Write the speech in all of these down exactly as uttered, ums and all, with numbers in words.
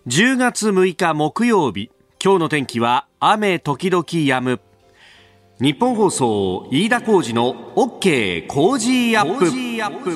じゅうがつむいか木曜日、今日の天気は雨時々止む。日本放送飯田浩司の OK 工事アップ。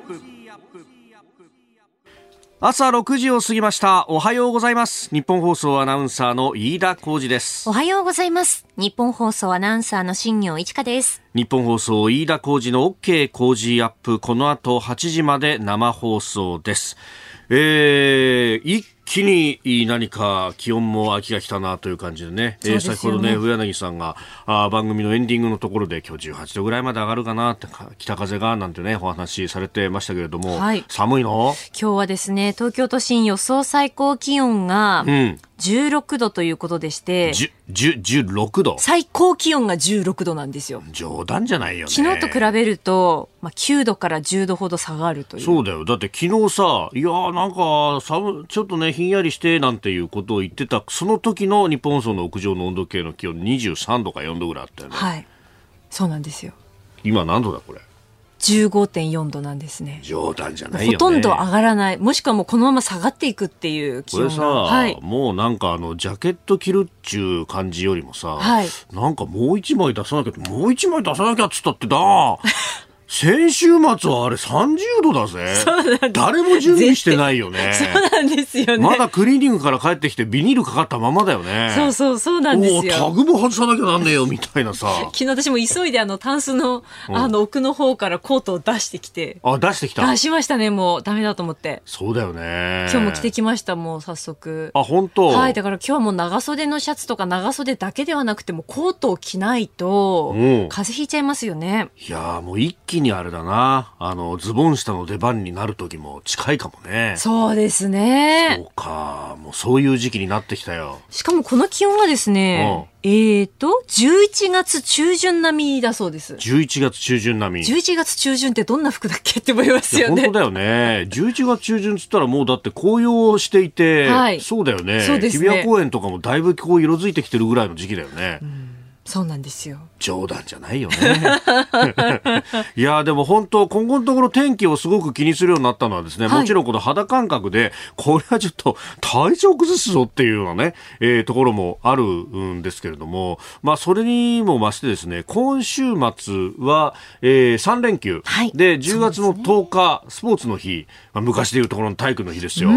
朝ろくじを過ぎました。おはようございます。日本放送アナウンサーの飯田浩司です。 おはようございます。日本放送アナウンサーの新業一華です。 日本放送飯田浩司の OK 工事アップ、この後はちじまで生放送です。えー、一気に何か気温も秋が来たなという感じでね、で、ねえー、先ほどね上柳さんがあ番組のエンディングのところで今日じゅうはちどぐらいまで上がるかなって、北風がなんてねお話しされてましたけれども、はい、寒いの？ 今日はですね、東京都心予想最高気温がじゅうろくどということでして、 じゅじゅうろくど、 最高気温がじゅうろくどなんですよ。 冗談じゃないよね。 昨日と比べると、まあ、きゅうどからじゅうどほど下がるという。 そうだよ。だって昨日さ、いやーなんか寒ちょっとねひんやりしてなんていうことを言ってたその時の日本放送の屋上の温度計の気温にじゅうさんどかよんどぐらいあったよね。 はい、そうなんですよ。 今何度だこれ？ じゅうごてんよんどなんですね。 冗談じゃないよね。 ほとんど上がらない、もしくはもうこのまま下がっていくっていう気温が。 これさ、はい、もうなんかあのジャケット着るっちゅう感じよりもさ、はい、なんかもう一枚出さなきゃもう一枚出さなきゃっつったってだ先週末はあれさんじゅうどだぜ。誰も準備してないよね。 そうなんですよね。 まだクリーニングから帰ってきてビニールかかったままだよね。 そうそうそうなんですよ。 タグも外さなきゃなんねえよみたいなさ。 昨日私も急いであのタンスの、あの奥の方からコートを出してきて。 あ、出してきた。 出しましたね。もうダメだと思って。 そうだよね。 今日も着てきました。もう早速。 あ、本当。 はい。だから今日はもう長袖のシャツとか長袖だけではなくてもコートを着ないと風邪ひいちゃいますよね。 いやーもう一気にあれだな。あのズボン下の出番になる時も近いかもね。 そうですね。 そうか、もうそういう時期になってきたよ。 しかもこの気温はですね、うん、えーとじゅういちがつ中旬並みだそうです。 じゅういちがつ中旬並み。 じゅういちがつ中旬ってどんな服だっけって思いますよね。 本当だよね。じゅういちがつ中旬っつったらもうだって紅葉していて、はい、そうだよね。そうですね。日比谷公園とかもだいぶこう色づいてきてるぐらいの時期だよね。うん、 そうなんですよ。 冗談じゃないよね。いやでも本当今後のところ天気をすごく気にするようになったのはですね、はい、もちろんこの肌感覚でこれはちょっと体調崩すぞっていうようなね、えー、ところもあるんですけれども、まあそれにも増してですね、今週末は、えー、さんれんきゅう、はい、でじゅうがつのとおか、ね、スポーツの日、まあ、昔でいうところの体育の日ですよ、うん、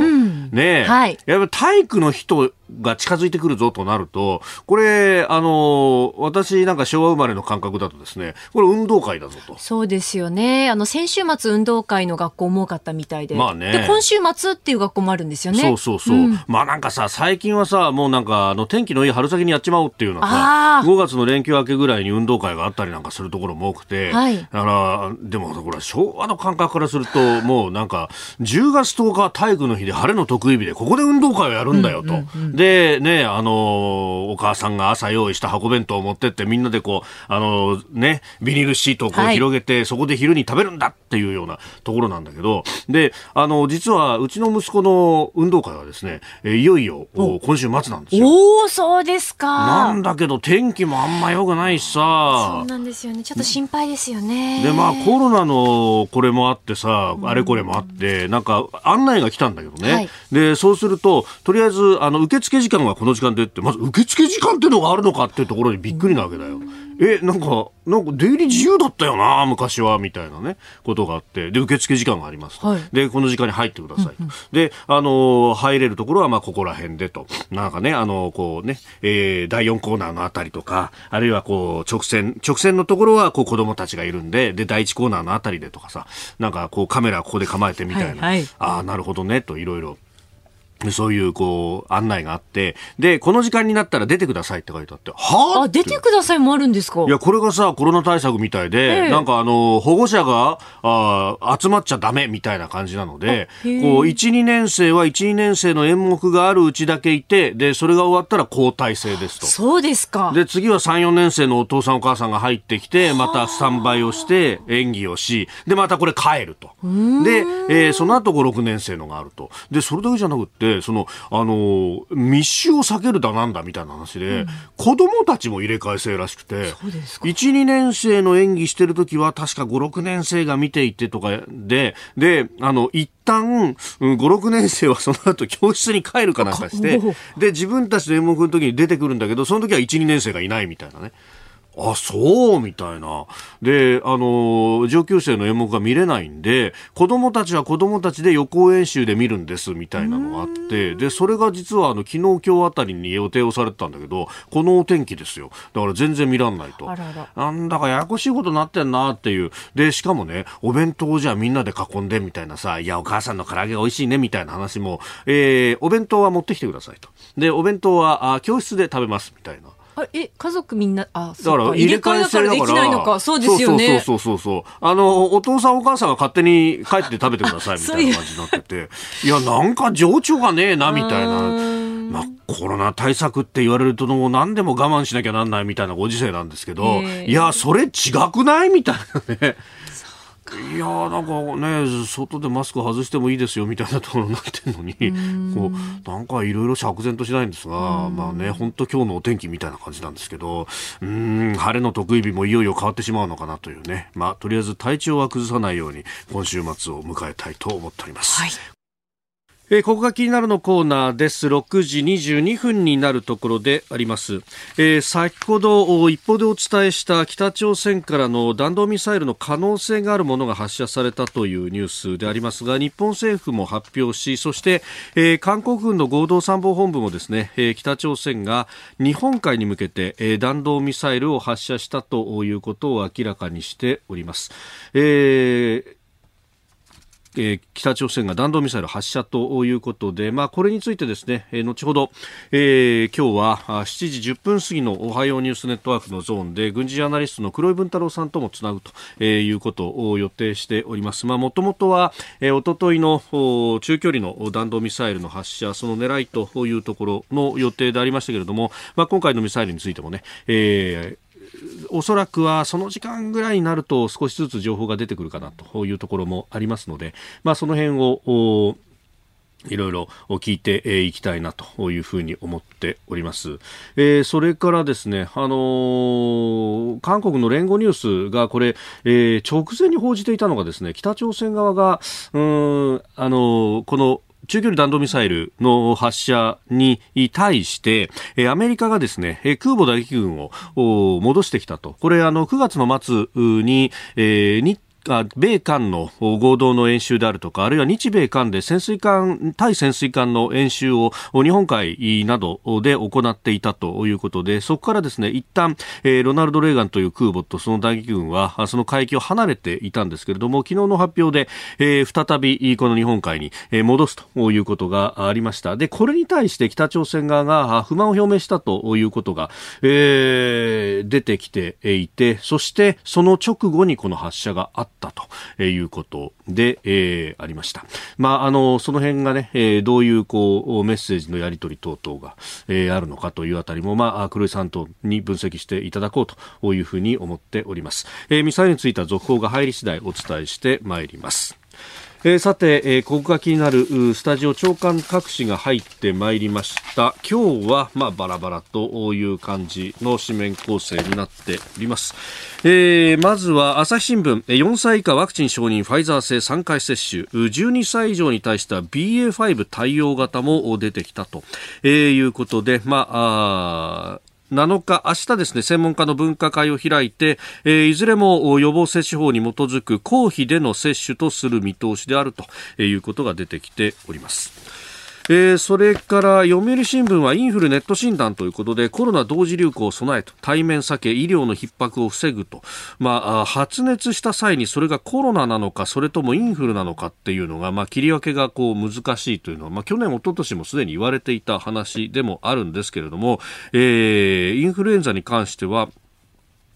ねえ、はい、やっぱ体育の日とが近づいてくるぞとなると、これあの私なんか昭和生まれの感覚だとですね、これ運動会だぞと。 そうですよね。あの先週末運動会の学校も多かったみたいで、 まあね、 で今週末っていう学校もあるんですよね。 そうそうそう、うん、まあなんかさ最近はさもうなんかあの天気のいい春先にやっちまおうっていうのはさ、ごがつの連休明けぐらいに運動会があったりなんかするところも多くて、はい、だからでもこれ昭和の感覚からするともうなんかじゅうがつとおか体育の日で晴れの得意日でここで運動会をやるんだよと、うんうんうん、でね、あのお母さんが朝用意した箱弁当を持ってってみんなでこうあのねビニールシートをこう広げて、はい、そこで昼に食べるんだっていうようなところなんだけど、であの実はうちの息子の運動会はですね、えいよいよ今週末なんですよ。 おー、そうですか。 なんだけど天気もあんま良くないしさ。 そうなんですよね。ちょっと心配ですよね。 でまあコロナのこれもあってさ、あれこれもあってなんか案内が来たんだけどね、はい、でそうするととりあえずあの受付時間はこの時間でって、まず受付時間ってのがあるのかっていうところにびっくりなわけだよ。えなんかなんか出入り自由だったよな昔はみたいなねことがあって、で受付時間がありますと、はい、でこの時間に入ってくださいと、うんうん、であの入れるところはまあここら辺でと、なんかねあのこうね、えー、だいよんコーナーのあたりとか、あるいはこう直線直線のところはこう子供たちがいるんで、でだいいちコーナーのあたりでとかさ、なんかこうカメラここで構えてみたいな、はいはい、ああなるほどねといろいろそういうこう案内があって、でこの時間になったら出てくださいって書いてあって、はあ、出てくださいもあるんですか。 いやこれがさコロナ対策みたいで、えー、なんかあの保護者があ集まっちゃダメみたいな感じなので、こう いちにねんせいはいちにねんせいの演目があるうちだけいて、でそれが終わったら交代制ですと。 そうですか。 で次はさんよねんせいのお父さんお母さんが入ってきて、またスタンバイをして演技をし、でまたこれ帰ると。で、えー、その後ごろくねんせいのがあると。でそれだけじゃなくってでその、あの密集を避けるだなんだみたいな話で、うん、子供たちも入れ替え制らしくて、いち、にねん生の演技してるときは確かご、ろくねん生が見ていてとかで、で、あの、一旦、ご、ろくねん生はその後教室に帰るかなんかして、で、自分たちの演目の時に出てくるんだけど、その時はいち、にねん生がいないみたいなね。あ、そうみたいな。で、あの、上級生の演目が見れないんで、子供たちは子供たちで予行演習で見るんですみたいなのがあって、で、それが実はあの、昨日今日あたりに予定をされてたんだけど、このお天気ですよ。だから全然見らんないと。 あらら。 なんだかややこしいことになってんなっていう。で、しかもね、お弁当をじゃあみんなで囲んでみたいなさ、いや、お母さんの唐揚げが美味しいねみたいな話も、えー、お弁当は持ってきてくださいと。で、お弁当はあ教室で食べますみたいな。 あえ家族みんなあだから入れ替え制だからできないのか。そうですよね。 そうそうそうそうそうあのお父さんお母さんが勝手に帰って食べてくださいみたいな感じになってていやなんか情緒がねえなみたいな、まあ、コロナ対策って言われるともう何でも我慢しなきゃなんないみたいなご時世なんですけど、えー、いやそれ違くないみたいなね。いやーなんかね外でマスク外してもいいですよみたいなところになってるのにこうなんかいろいろ釈然としないんですがまあね本当今日のお天気みたいな感じなんですけどうーん晴れの得意日もいよいよ変わってしまうのかなというねまあとりあえず体調は崩さないように今週末を迎えたいと思っております。はいえー、ここが気になるのコーナーです。ろくじにじゅうにふんになるところであります、えー、先ほど一報でお伝えした北朝鮮からの弾道ミサイルの可能性があるものが発射されたというニュースでありますが日本政府も発表しそして、えー、韓国軍の合同参謀本部もですね、えー、北朝鮮が日本海に向けて、えー、弾道ミサイルを発射したということを明らかにしております。えーえー、北朝鮮が弾道ミサイル発射ということで、まあ、これについてですね、えー、後ほど、えー、今日はしちじじゅっぷん過ぎのおはようニュースネットワークのゾーンで軍事ジャーナリストの黒井文太郎さんともつなぐと、えー、いうことを予定しております。まあ、もともとは、えー、おとといの中距離の弾道ミサイルの発射その狙いというところの予定でありましたけれども、まあ、今回のミサイルについてもね、えーおそらくはその時間ぐらいになると少しずつ情報が出てくるかなというところもありますので、まあ、その辺をいろいろ聞いていきたいなというふうに思っております。えー、それからですね、あのー、韓国の連合ニュースがこれ、えー、直前に報じていたのがですね、北朝鮮側がうーん、あのー、この中距離弾道ミサイルの発射に対してアメリカがですね空母打撃群を戻してきたと。これあのくがつの末に、えー、日米韓の合同の演習であるとかあるいは日米韓で潜水艦対潜水艦の演習を日本海などで行っていたということでそこからですね一旦、えー、ロナルド・レーガンという空母とその打撃群はその海域を離れていたんですけれども昨日の発表で、えー、再びこの日本海に戻すということがありました。でこれに対して北朝鮮側が不満を表明したということが、えー、出てきていてそしてその直後にこの発射があったということで、えー、ありました。まあ、あのその辺がね、えー、どういうこうメッセージのやり取り等々が、えー、あるのかというあたりも、まあ、黒井さんとに分析していただこうというふうに思っております。えー、ミサイルについては続報が入り次第お伝えしてまいります。えー、さて、えー、ここが気になるスタジオ長官各紙が入ってまいりました。今日は、まあ、バラバラという感じの紙面構成になっております。えー、まずは朝日新聞よんさい以下ワクチン承認ファイザー製さんかい接種じゅうにさい以上に対しては ビーエーファイブ 対応型も出てきたと、えー、いうことで、まあ、あなのか明日ですね専門家の分科会を開いて、えー、いずれも予防接種法に基づく公費での接種とする見通しであるということが出てきております。えー、それから読売新聞はインフルネット診断ということでコロナ同時流行を備えと対面避け医療の逼迫を防ぐと、まあ、発熱した際にそれがコロナなのかそれともインフルなのかっていうのが、まあ、切り分けがこう難しいというのは、まあ、去年一昨年もすでに言われていた話でもあるんですけれども、えー、インフルエンザに関しては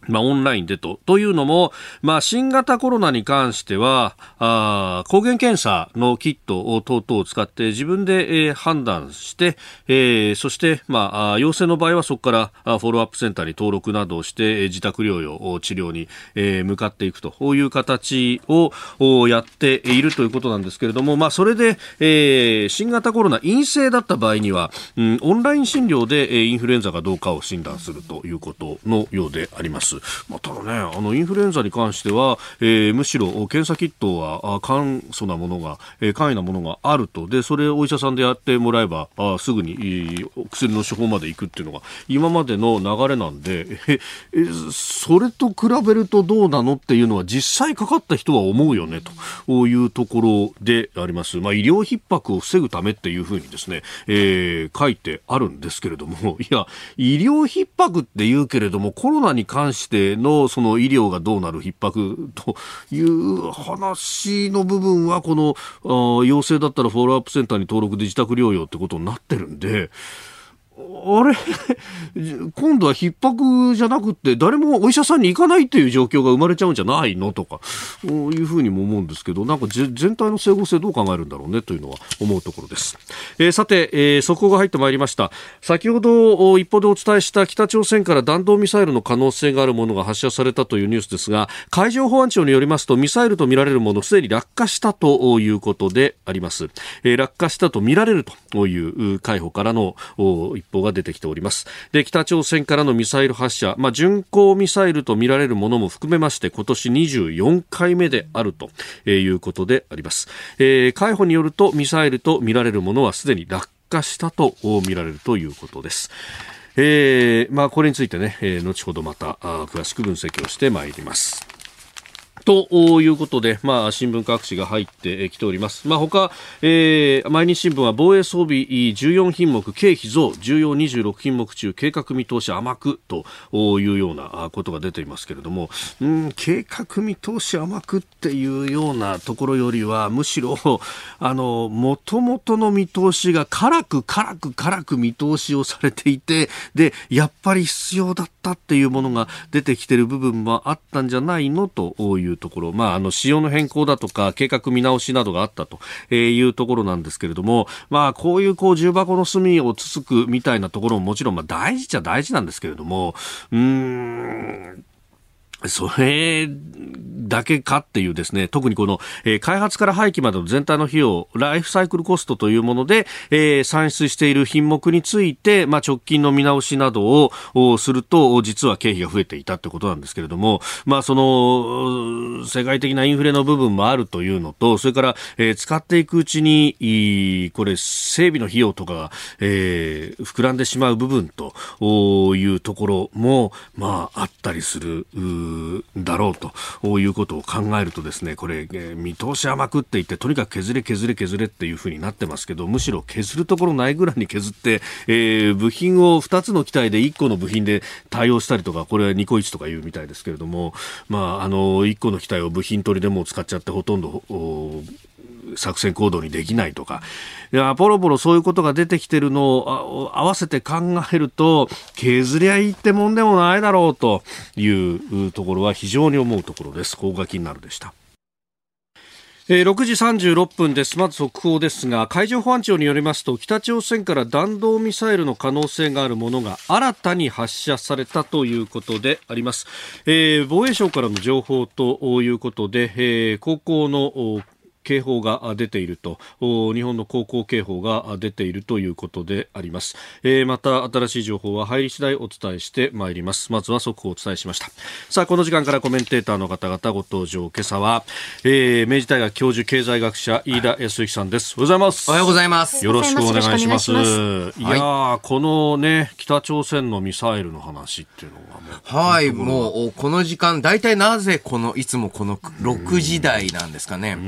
まあ、オンラインでと。というのも、まあ、新型コロナに関しては、あ抗原検査のキットを等々を使って自分で、えー、判断して、えー、そして、まあ、陽性の場合はそこからフォローアップセンターに登録などをして、自宅療養、治療に、えー、向かっていくという形をやっているということなんですけれども、まあ、それで、えー、新型コロナ陰性だった場合には、うん、オンライン診療でインフルエンザかどうかを診断するということのようであります。まあ、ただね、あのインフルエンザに関しては、えー、むしろ検査キットは簡素なものが、えー、簡易なものがあると。で、それをお医者さんでやってもらえばあすぐに薬の処方まで行くっていうのが今までの流れなんで、ええそれと比べるとどうなのっていうのは実際かかった人は思うよねというところであります。まあ、医療逼迫を防ぐためっていうふうにですね、えー、書いてあるんですけれども、いや医療逼迫って言うけれどもコロナに関してのその医療がどうなる逼迫という話の部分はこの陽性だったらフォローアップセンターに登録で自宅療養ってことになってるんで、あれ今度は逼迫じゃなくって誰もお医者さんに行かないっていう状況が生まれちゃうんじゃないのとかいうふうにも思うんですけど、なんか全体の整合性どう考えるんだろうねというのは思うところです。えー、さて、えー、速報が入ってまいりました。先ほど一報でお伝えした北朝鮮から弾道ミサイルの可能性があるものが発射されたというニュースですが、海上保安庁によりますとミサイルとみられるものすでに落下したということであります。えー、落下したとみられるという海保からの一報が出てきております。で、北朝鮮からのミサイル発射、まあ、巡航ミサイルとみられるものも含めまして今年にじゅうよんかいめであるということであります。えー、海保によるとミサイルとみられるものはすでに落下したとみられるということです。えーまあ、これについてね、えー、後ほどまた詳しく分析をしてまいります。ということで、まあ、新聞各紙が入ってきております。まあ、他、えー、毎日新聞は防衛装備じゅうよんひんもく経費増、重要にじゅうろくひんもく中計画見通し甘くというようなことが出ていますけれども、うん、計画見通し甘くっていうようなところよりはむしろあの元々の見通しが辛く辛く辛く見通しをされていて、でやっぱり必要だったっていうものが出てきている部分もあったんじゃないのというところ、まあ、あの仕様の変更だとか計画見直しなどがあったというところなんですけれども、まあ、こういうこう重箱の隅をつつくみたいなところももちろんまあ大事っちゃ大事なんですけれども、うーんそれだけかっていうですね、特にこの、えー、開発から廃棄までの全体の費用、ライフサイクルコストというもので、えー、算出している品目について、まあ、直近の見直しなどをすると実は経費が増えていたということなんですけれども、まあ、その世界的なインフレの部分もあるというのと、それから、えー、使っていくうちにこれ整備の費用とかが、えー、膨らんでしまう部分というところも、まあ、あったりするだろうということを考えるとですね、これ、えー、見通し甘くって言ってとにかく削れ削れ削れっていうふうになってますけど、むしろ削るところないぐらいに削って、えー、部品をふたつの機体でいっこの部品で対応したりとか、これはにこいちとか言うみたいですけれども、まあ、あのいっこの機体を部品取りでもう使っちゃってほとんど作戦行動にできないとか、いやポロポロそういうことが出てきてるのを合わせて考えると、削りゃいいってもんでもないだろうというところは非常に思うところです。ここが気になるでした。えー、ろくじさんじゅうろっぷんです。まず速報ですが、海上保安庁によりますと、北朝鮮から弾道ミサイルの可能性があるものが新たに発射されたということであります。えー、防衛省からの情報ということで、えー、航行の警報が出ていると、日本の航行警報が出ているということであります。えー、また新しい情報は入り次第お伝えしてまいります。まずは速報をお伝えしました。さあ、この時間からコメンテーターの方々ご登場。今朝は、えー、明治大学教授経済学者飯田康之さんです。おはようございます。 おはようございます。 よろしくお願いします。いやー、 はい、 このね北朝鮮のミサイルの話っていうのがもうはい、もうこの時間だいたいなぜこのいつもこのろくじ台なんですかね。 うーん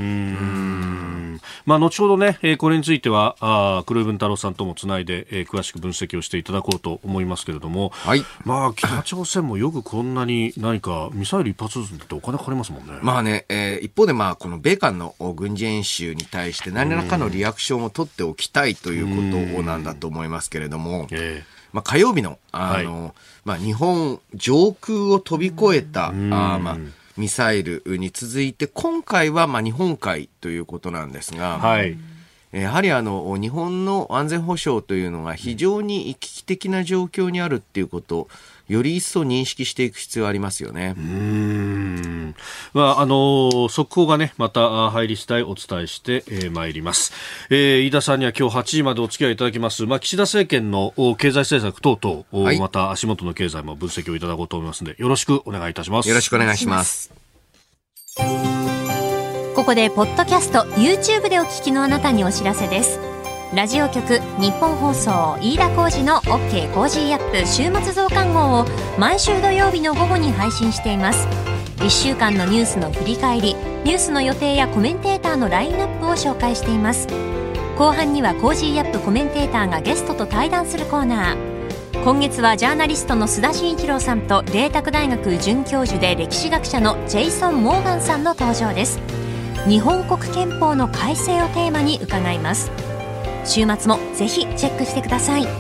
ん、まあ、後ほどね、えー、これについてはあ黒井文太郎さんともつないで、えー、詳しく分析をしていただこうと思いますけれども、はい、まあ、北朝鮮もよくこんなに何かミサイル一発ずつってお金かかりますもんね。 まあね、えー、一方でまあこの米韓の軍事演習に対して何らかのリアクションを取っておきたいということなんだと思いますけれども、えーまあ、火曜日の、あの、はい、まあ、日本上空を飛び越えた、あまあ、ミサイルに続いて、今回はまあ日本海ということなんですが、はい、やはりあの日本の安全保障というのが非常に危機的な状況にあるっていうことをより一層認識していく必要がありますよね。 うーん、まあ、あの速報がねまた入り次第お伝えしてま、えー、いります、えー、飯田さんには今日はちじまでお付き合いいただきます、まあ、岸田政権の経済政策等々、はい、また足元の経済も分析をいただこうと思いますのでよろしくお願いいたします。 よろしくお願いします。 ここでポッドキャスト YouTube でお聞きのあなたにお知らせです。ラジオ局日本放送飯田浩司の OK コージーアップ週末増刊号を毎週土曜日の午後に配信しています。いっしゅうかんのニュースの振り返り、ニュースの予定やコメンテーターのラインナップを紹介しています。後半にはコージーアップコメンテーターがゲストと対談するコーナー。今月はジャーナリストの須田慎一郎さんと麗澤大学准教授で歴史学者のジェイソン・モーガンさんの登場です。日本国憲法の改正をテーマに伺います。週末もぜひチェックしてください。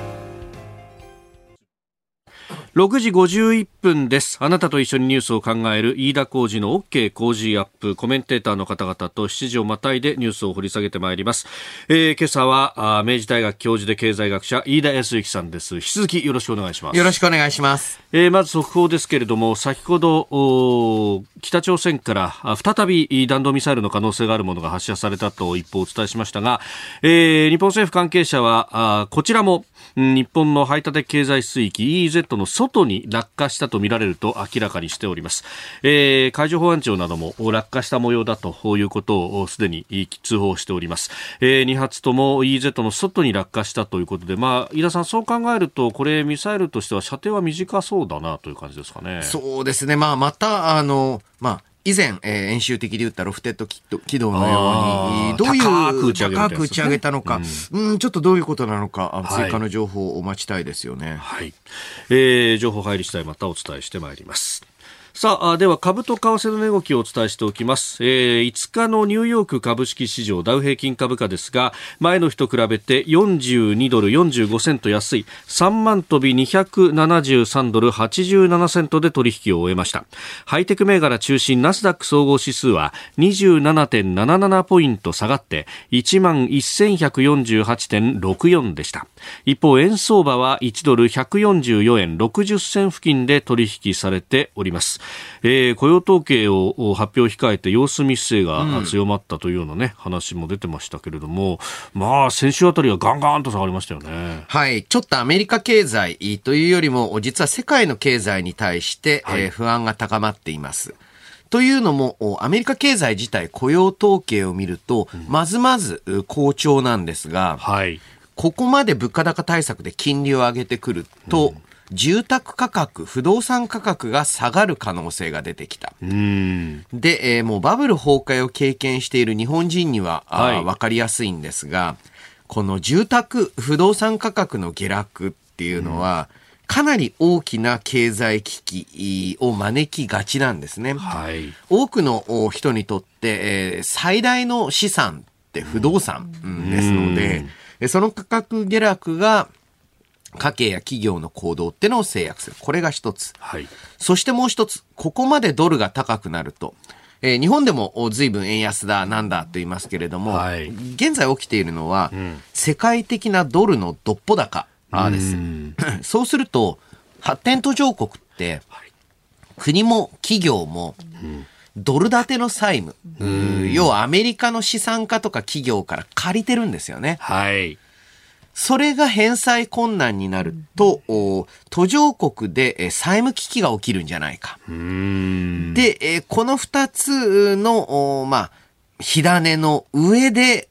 ろくじごじゅういっぷんです。あなたと一緒にニュースを考える飯田浩司の OK コージーアップ、コメンテーターの方々としちじをまたいでニュースを掘り下げてまいります。えー、今朝は明治大学教授で経済学者飯田康之さんです。引き続きよろしくお願いします。 よろしくお願いします。 えー、まず速報ですけれども、先ほど北朝鮮から再び弾道ミサイルの可能性があるものが発射されたと一報お伝えしましたが、えー、日本政府関係者はあこちらも日本の排他的経済水域 イーイーゼット の外に落下したとみられると明らかにしております。えー、海上保安庁なども落下した模様だということをすでに通報しております。えー、に発とも イーイーゼット の外に落下したということで、まあ、飯田さんそう考えるとこれミサイルとしては射程は短そうだなという感じですかね。 そうですね、まあ、またあの、まあ以前、えー、演習的で言ったロフテッド軌道のようにどういう高く打ち上げた、ね、 高く打ち上げたのか、うん、うんちょっとどういうことなのか追加の情報をお待ちたいですよね。 はい、えー、情報入り次第またお伝えしてまいります。さあ、では株と為替の値動きをお伝えしておきます。えー、いつかのニューヨーク株式市場ダウ平均株価ですが、前の日と比べてよんじゅうにドルよんじゅうごセント安いさんまん飛びにひゃくななじゅうさんドルはちじゅうななセントで取引を終えました。ハイテク銘柄中心ナスダック総合指数は にじゅうななてんなななな ポイント下がっていちまんせんひゃくよんじゅうはちてんろくよんでした。一方、円相場はいちドルひゃくよんじゅうよえんろくじゅっせん付近で取引されております。えー、雇用統計を発表を控えて様子見姿勢が強まったというような、ねうん、話も出てましたけれども、まあ先週あたりはガンガンと下がりましたよね。 はい、ちょっとアメリカ経済というよりも実は世界の経済に対して、はいえー、不安が高まっています。というのもアメリカ経済自体雇用統計を見ると、うん、まずまず好調なんですが、はい、ここまで物価高対策で金利を上げてくると、うん住宅価格、不動産価格が下がる可能性が出てきた。うんで、えー、もうバブル崩壊を経験している日本人には、はい、分かりやすいんですが、この住宅、不動産価格の下落っていうのは、うん、かなり大きな経済危機を招きがちなんですね。はい、多くの人にとって、えー、最大の資産って不動産ですので、うん、その価格下落が家計や企業の行動ってのを制約する。これが一つ。はい、そしてもう一つ、ここまでドルが高くなると、えー、日本でも随分円安だなんだと言いますけれども、はい、現在起きているのは、うん、世界的なドルのどっぽ高です。そうすると、発展途上国って、はい、国も企業も、うんドル建ての債務、要はアメリカの資産家とか企業から借りてるんですよね。はい。それが返済困難になると、途上国で債務危機が起きるんじゃないか。うーんで、この二つの、まあ、火種の上で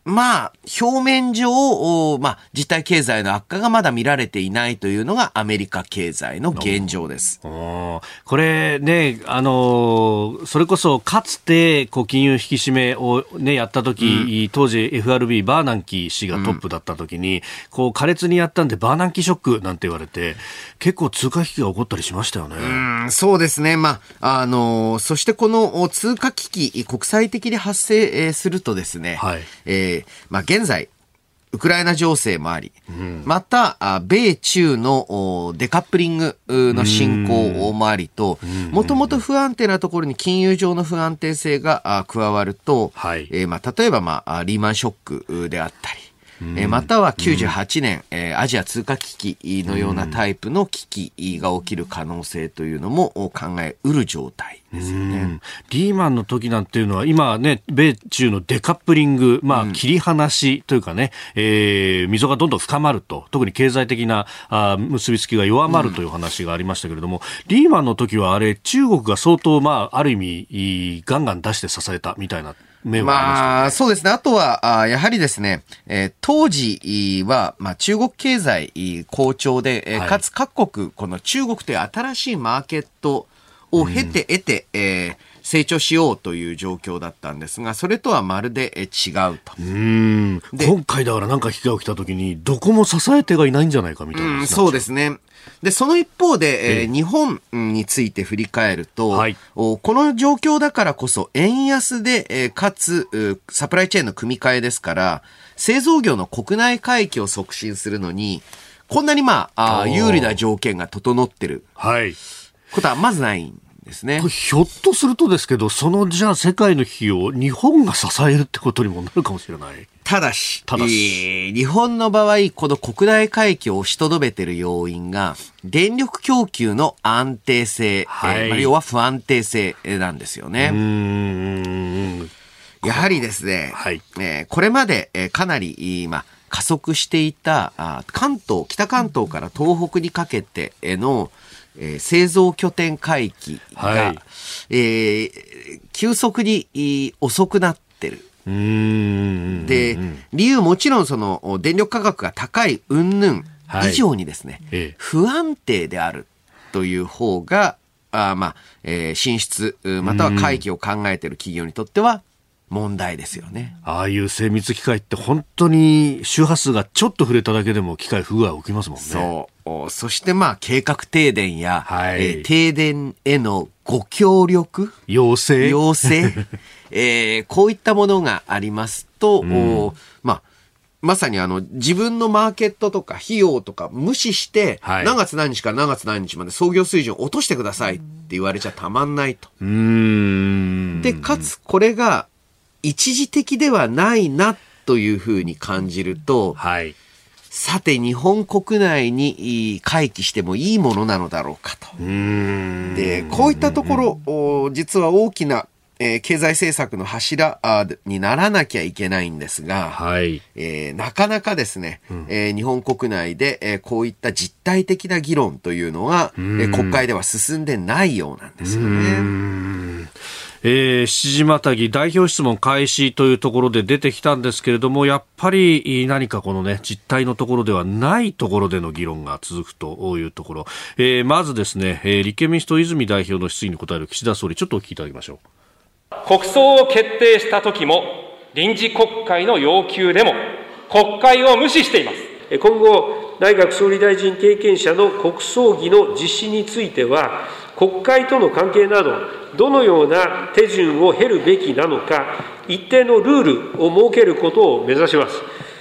まあ、表面上、まあ、実体経済の悪化がまだ見られていないというのがアメリカ経済の現状です。 これね、あの、それこそかつてこう金融引き締めをね、やった時、うん、当時 エフアールビー バーナンキ氏がトップだった時に、うん、こう苛烈にやったんでバーナンキショックなんて言われて、結構通貨危機が起こったりしましたよね。 うん、そうですね。まあ、あの、そしてこの通貨危機、国際的に発生するとですね、はい、えーまあ、現在ウクライナ情勢もあり、うん、また米中のデカップリングの進行もありと、もともと不安定なところに金融上の不安定性が加わると、はい、えーまあ、例えば、まあ、リーマンショックであったり、えー、またはきゅうじゅうはちねん、うん、えー、アジア通貨危機のようなタイプの危機が起きる可能性というのも考えうる状態ですよね。うん、 リーマンの時なんていうのは今ね、米中のデカップリング、まあ、切り離しというかね、うん、えー、溝がどんどん深まると、特に経済的なあ結びつきが弱まるという話がありましたけれども、うん、リーマンの時はあれ中国が相当、まあ、ある意味ガンガン出して支えたみたいな面はありましたね。 まあ、そうですね。あとは、あやはりですね、えー、当時は、まあ、中国経済好調で、えーはい、かつ各国、この中国という新しいマーケットを経て得て、うん、えー、成長しようという状況だったんですが、それとはまるで違うと。 うーん、今回だから何か危機が起きたときに、どこも支え手がいないんじゃないかみたいな。 うん、そうですね。で、その一方で、えー、日本について振り返ると、はい、この状況だからこそ円安で、えー、かつサプライチェーンの組み替えですから、製造業の国内回帰を促進するのに、こんなにまあ、あ有利な条件が整ってることはまずないんですね。 これひょっとするとですけど、そのじゃあ世界の危機を日本が支えるってことにもなるかもしれない。 ただし、ただしえー、日本の場合、この国内回帰を押しとどめている要因が、電力供給の安定性、はい、えーまあ、要は不安定性なんですよね。うーん、やはりですね、はい、えー、これまで、えー、かなり、まあ、加速していたあ関東、北関東から東北にかけての、えー、製造拠点回帰が、はい、えー、急速に遅くなってる。うーん、で、理由もちろんその電力価格が高い云々以上にですね、はい、不安定であるという方が、あまあ、えー、進出または回帰を考えている企業にとっては問題ですよね。 ああいう精密機械って本当に周波数がちょっと触れただけでも機械不具合起きますもんね。 そう。そしてまあ計画停電や、はい、えー、停電へのご協力要請要請、えー、こういったものがありますと、うん、まあまさにあの自分のマーケットとか費用とか無視して、はい、何月何日から何月何日まで創業水準を落としてくださいって言われちゃたまんないと。うーん、でかつこれが一時的ではないなというふうに感じると、はい、さて日本国内に回帰してもいいものなのだろうかと。うーん、でこういったところ実は大きな、えー、経済政策の柱にならなきゃいけないんですが、はい、えー、なかなかですね、うん、えー、日本国内で、えー、こういった実体的な議論というのは、えー、国会では進んでないようなんですよね。うーん、 えー、七時またぎ代表質問開始というところで出てきたんですけれども、やっぱり何かこのね実態のところではないところでの議論が続くというところ、えー、まずですね、えー、立憲民主党泉代表の質疑に答える岸田総理、ちょっとお聞きいただきましょう。 国葬を決定した時も臨時国会の要求でも国会を無視しています。今後内閣総理大臣経験者の国葬儀の実施については国会との関係などどのような手順を経るべきなのか一定のルールを設けることを目指します。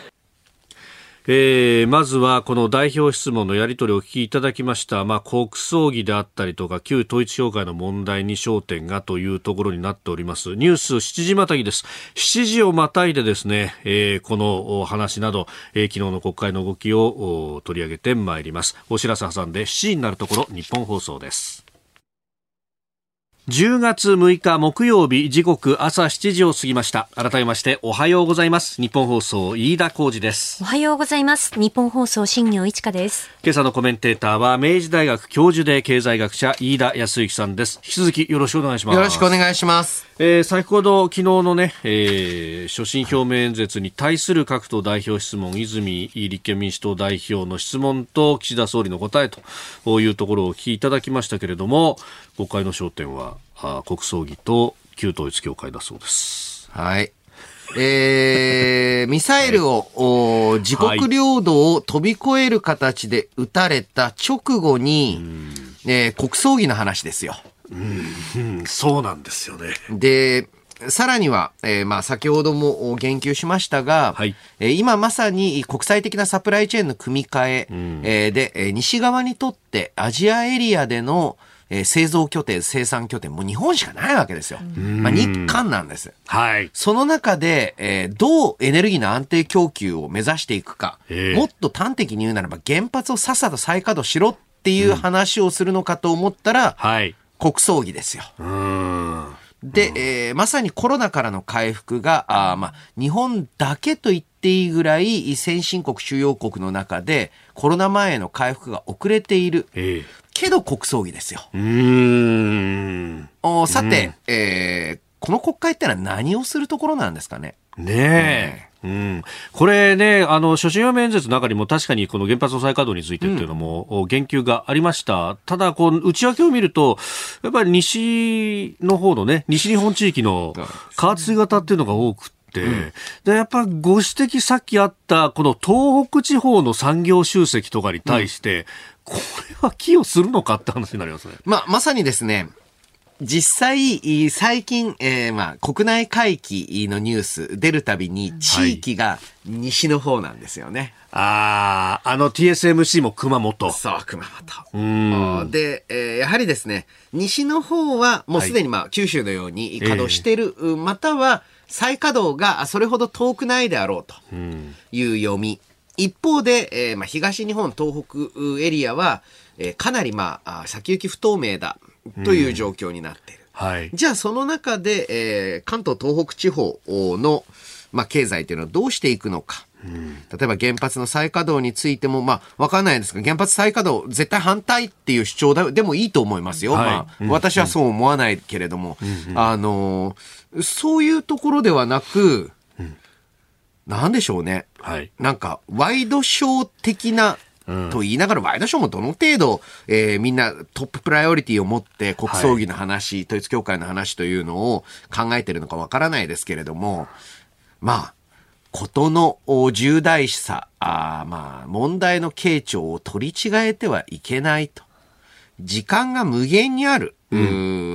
えー、まずはこの代表質問のやり取りをお聞きいただきました、まあ、国葬儀であったりとか旧統一教会の問題に焦点がというところになっております。ニュースしちじまたぎです。しちじをまたいでですね、えー、この話など、えー、昨日の国会の動きを取り上げてまいります。お知らせ挟んでしちじになるところ日本放送です。 じゅうがつむいか木曜日、時刻朝しちじを過ぎました。改めましておはようございます。日本放送飯田浩司です。 おはようございます。日本放送新業一華です。 今朝のコメンテーターは明治大学教授で経済学者飯田康之さんです。引き続きよろしくお願いします。 よろしくお願いします。 えー、先ほど昨日のね、えー、所信表明演説に対する各党代表質問、泉立憲民主党代表の質問と岸田総理の答えというところをお聞きいただきましたけれども、国会の焦点は国葬儀と旧統一教会だそうです。 はい。えー、ミサイルを、自国領土を飛び越える形で撃たれた直後に、えー、国葬儀の話ですよ。 うん、うん、そうなんですよね。 で、さらには、えーまあ、先ほども言及しましたが、はい、えー、今まさに国際的なサプライチェーンの組み替え、うん、えー、で、えー、西側にとってアジアエリアでのえー、製造拠点、生産拠点、もう日本しかないわけですよ。まあ、日韓なんです。 はい。 その中で、えー、どうエネルギーの安定供給を目指していくか、えー、もっと端的に言うならば原発をさっさと再稼働しろっていう話をするのかと思ったら、うん、はい、国葬儀ですよ。うーんで、えー、まさにコロナからの回復が、あまあ、日本だけと言っていいぐらい先進国主要国の中でコロナ前の回復が遅れている。えーけど国葬儀ですよ。うーんおさて、うん、えー、この国会ってのは何をするところなんですかね。 ねえ。うん、これね、あの所信表明演説の中にも確かにこの原発の再稼働についてっていうのも、うん、言及がありました。ただこう内訳を見るとやっぱり西の方のね、西日本地域の加圧型っていうのが多くて、うん、でやっぱりご指摘さっきあったこの東北地方の産業集積とかに対して、うん、これは寄与するのかって話になりますね。 まあ、まさにですね、実際最近、えー、まあ国内回帰のニュース出るたびに地域が西の方なんですよね。 はい、ああ、あの ティーエスエムシー も熊本。 そう、熊本。うんで、えー、やはりですね、西の方はもうすでにまあ九州のように稼働してる、えー、または再稼働がそれほど遠くないであろうという読み。一方で、えーまあ、東日本東北エリアは、えー、かなり、まあ、先行き不透明だという状況になっている。うん、はい、じゃあその中で、えー、関東東北地方の、まあ、経済というのはどうしていくのか。うん、例えば原発の再稼働についても、まあ、わかんないですが、原発再稼働絶対反対っていう主張でもいいと思いますよ。はい、まあ、うん、私はそう思わないけれども、うん、あのー、そういうところではなく、うん、なんでしょうね。はい、なんか、ワイドショー的な、うん、と言いながら、ワイドショーもどの程度、えー、みんなトッププライオリティを持って国葬儀の話、はい、統一教会の話というのを考えているのかわからないですけれども、まあ、ことの重大さ、あまあ、問題の軽重を取り違えてはいけないと。時間が無限にある、うん、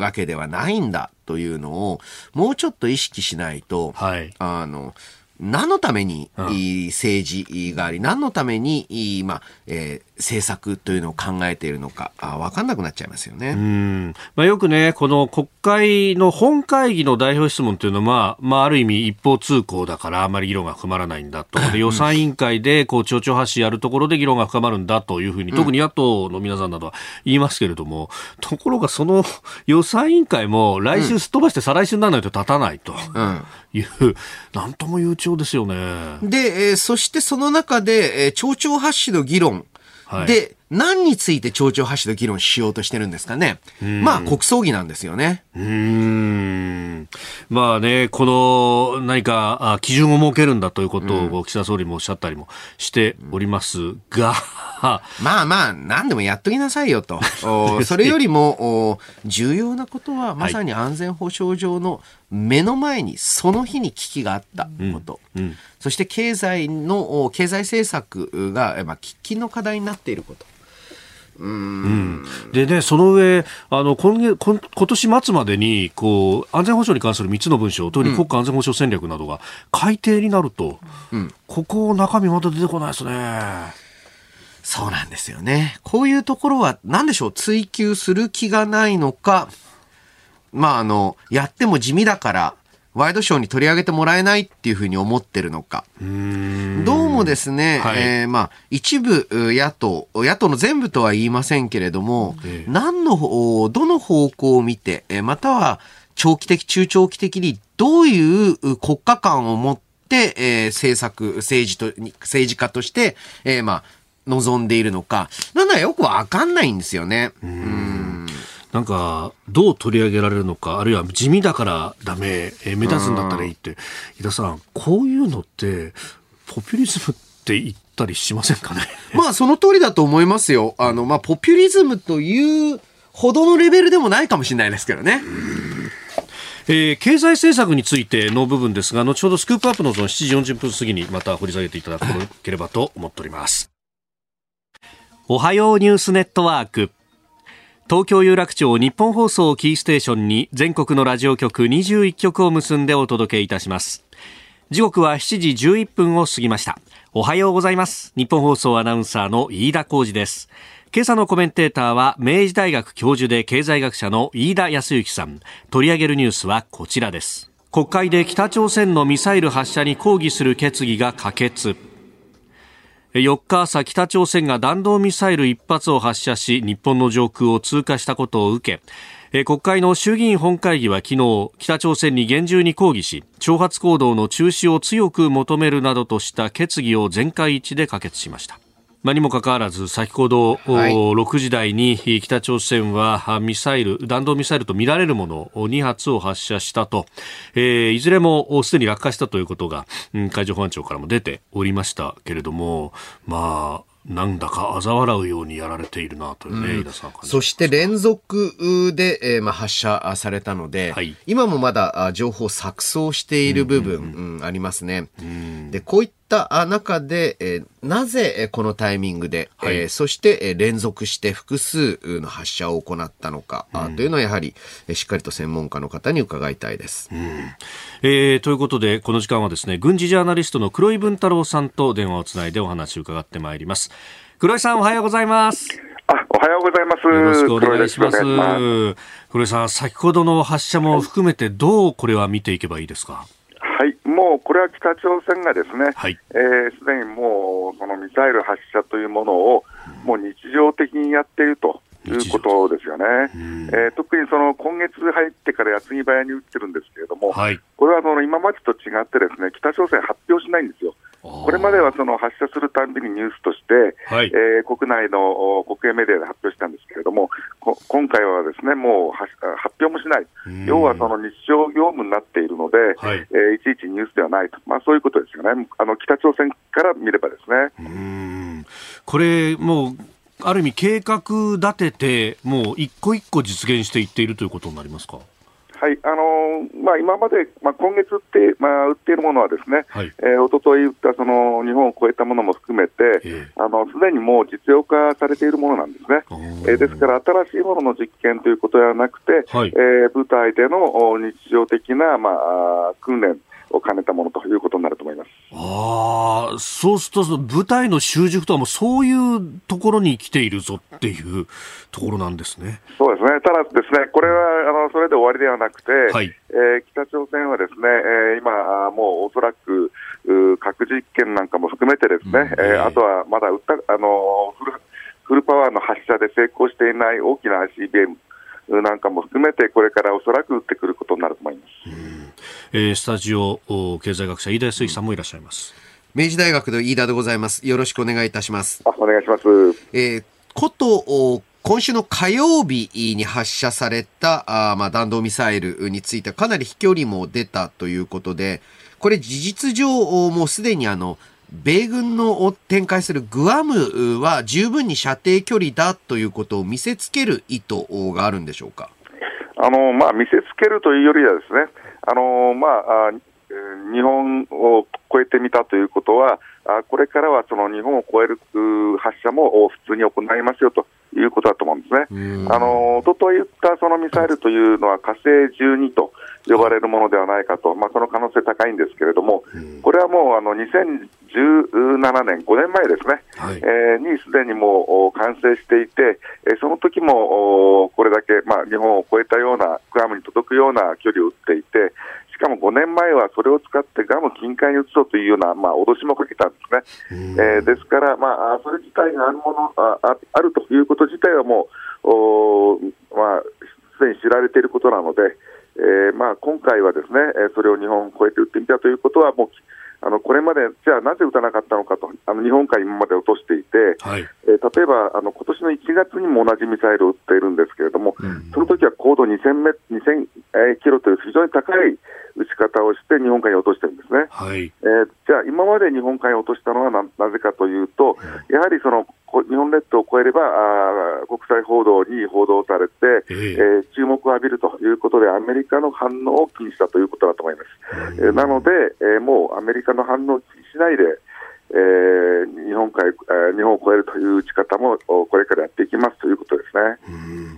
わけではないんだというのを、もうちょっと意識しないと、はい、あの、何のために、うん、政治があり、何のために、まあえー、政策というのを考えているのか、あ分かんなくなっちゃいますよね。 うん、まあ、よくね、この国会の本会議の代表質問というのは、まあまあ、ある意味一方通行だからあまり議論が深まらないんだと。で予算委員会でこう町長発信やるところで議論が深まるんだというふうに、特に野党の皆さんなどは言いますけれども、ところがその予算委員会も来週すっ飛ばして再来週にならないと立たないという、うん、なんとも言うちですよね。 で、えー、そしてその中で、えー、町長発信の議論、はい、で何について町長発信の議論しようとしてるんですかね。まあ国葬儀なんですよね。 うーんまあね、この何か基準を設けるんだということを岸田総理もおっしゃったりもしておりますが、 うん、まあまあ何でもやっときなさいよと。それよりも重要なことはまさに安全保障上の目の前にその日に危機があったこと、うんうん、そして経済の経済政策が、まあ、喫緊の課題になっていること。うーんうん、でね、その上あの 今, 月今, 今年末までにこう安全保障に関するみっつの文書、特に国家安全保障戦略などが改定になると、うん、ここ中身まだ出てこないですね。 そうなんですよね。こういうところは何でしょう、追求する気がないのか、まああのやっても地味だからワイドショーに取り上げてもらえないっていうふうに思ってるのか。うーんどうもですね、はいえーまあ、一部野党、野党の全部とは言いませんけれども、えー、何のどの方向を見て、または長期的、中長期的にどういう国家観を持って、えー、政策、政治と、政治家として、えー、まあ、望んでいるのか、なんだよくわかんないんですよね。うーんなんかどう取り上げられるのか、あるいは地味だからダメ、えー、目立つんだったらいいって、井田さん、こういうのってポピュリズムって言ったりしませんかね。 まあその通りだと思いますよ。あのまあポピュリズムというほどのレベルでもないかもしれないですけどね。 えー、経済政策についての部分ですが、後ほどスクープアップのそのしちじよんじゅっぷん過ぎにまた掘り下げていただければと思っております。おはようニュースネットワーク、東京有楽町日本放送キーステーションに全国のラジオ局にじゅういっきょくを結んでお届けいたします。時刻はしちじじゅういっぷんを過ぎました。おはようございます。日本放送アナウンサーの飯田浩司です。今朝のコメンテーターは明治大学教授で経済学者の飯田康之さん。取り上げるニュースはこちらです。国会で北朝鮮のミサイル発射に抗議する決議が可決。よっか朝、北朝鮮が弾道ミサイルいっ発を発射し日本の上空を通過したことを受け、国会の衆議院本会議は昨日、北朝鮮に厳重に抗議し挑発行動の中止を強く求めるなどとした決議を全会一致で可決しました。まあ、にもかかわらず先ほど、はい、ろくじ台に北朝鮮はミサイル弾道ミサイルとみられるものをに発を発射したと、えー、いずれもすでに落下したということが、うん、海上保安庁からも出ておりましたけれども、まあなんだか嘲笑うようにやられているなというね、うん、さんそして連続で、えーまあ、発射されたので、はい、今もまだ情報錯綜している部分、うんうんうん、ありますね、うん、でこういった中で、えー、なぜこのタイミングで、はいえー、そして連続して複数の発射を行ったのか、うん、というのはやはりしっかりと専門家の方に伺いたいです、うんえー、ということでこの時間はですね、軍事ジャーナリストの黒井文太郎さんと電話をつないでお話を伺ってまいります。黒井さん、おはようございます。 あ、おはようございます。 よろしくお願いします。黒井さん、先ほどの発射も含めてどうこれは見ていけばいいですか。 はい、もうこれは北朝鮮がですね、はいえー、すでにもうそのミサイル発射というものをもう日常的にやっているということですよね、うんえー、特にその今月入ってから矢継ぎ早に撃ってるんですけれども、はい、これはその今までと違ってですね、北朝鮮発表しないんですよ。これまではその発射するたんびにニュースとして、はいえー、国内の国営メディアで発表したんですけれども、今回はですねもう発表もしない、要はその日常業務になっているので、はいえー、いちいちニュースではないと、まあ、そういうことですよね。あの北朝鮮から見ればですね。 うーんこれもうある意味計画立ててもう一個一個実現していっているということになりますか。 はいあのーまあ、今まで、まあ、今月売って、まあ、売っているものはですね、はいえー、おととい売ったその日本を超えたものも含めて、えー、あのすでにもう実用化されているものなんですね。えー、ですから新しいものの実験ということではなくて、はいえー、部隊での日常的な、まあ、訓練を兼ねたものということになると思います。 ああ、そうすると部隊の習熟とはもうそういうところに来ているぞっていうところなんですね。 そうですね。ただですね、これはあのそれで終わりではなくて、はいえー、北朝鮮はですね、えー、今もうおそらく核実験なんかも含めてですね、うんえー、あとはまだ撃ったあのフル、フルパワーの発射で成功していない大きな アイシービーエムなんかも含めてこれからおそらく撃ってくることになると思います。うんえー、スタジオ経済学者飯田康之さんもいらっしゃいます。 明治大学の飯田でございます。よろしくお願いいたします。 あ、お願いします。 えー、こと今週の火曜日に発射されたあ、まあ、弾道ミサイルについてかなり飛距離も出たということで、これ事実上もうすでにあの米軍の展開するグアムは十分に射程距離だということを見せつける意図があるんでしょうか。 あの、まあ、見せつけるというよりはですね、あの、まあ、日本を超えてみたということは、これからはその日本を超える発射も普通に行いますよということだと思うんですね。あの、おととい言ったそのミサイルというのは火星じゅうにと呼ばれるものではないかと、まあ、その可能性高いんですけれども、これはもうあのにせんじゅうななねん、ごねんまえですね、はい、えー、にすでにもう完成していて、その時もこれだけ、まあ、日本を超えたような、グアムに届くような距離を撃っていて、ししかもごねんまえはそれを使ってガム近海に移そうというような、まあ、脅しもかけたんですね。えー、ですから、まあ、それ自体があるもの あ, あ, あるということ自体はもう、おまあ、すでに知られていることなので、えーまあ、今回はですね、それを日本を越えて撃ってみたということはもうあのこれまでじゃあなぜ撃たなかったのかと、あの日本海に今まで落としていて、はい、えー、例えばあの今年のいちがつにも同じミサイルを撃っているんですけれども、うん、その時は高度にせんキロという非常に高い撃ち方をして日本海に落としてるんですね。はい、えー、じゃあ今まで日本海に落としたのは な, なぜかというと、やはりその日本列島を越えればあ国際報道に報道されて、えーえー、注目を浴びるということでアメリカの反応を気にしたということだと思います。えー、なので、えー、もうアメリカの反応を気にしないで、えー、日本海、えー、日本を越えるという打ち方もこれからやっていきますということですね。 うん、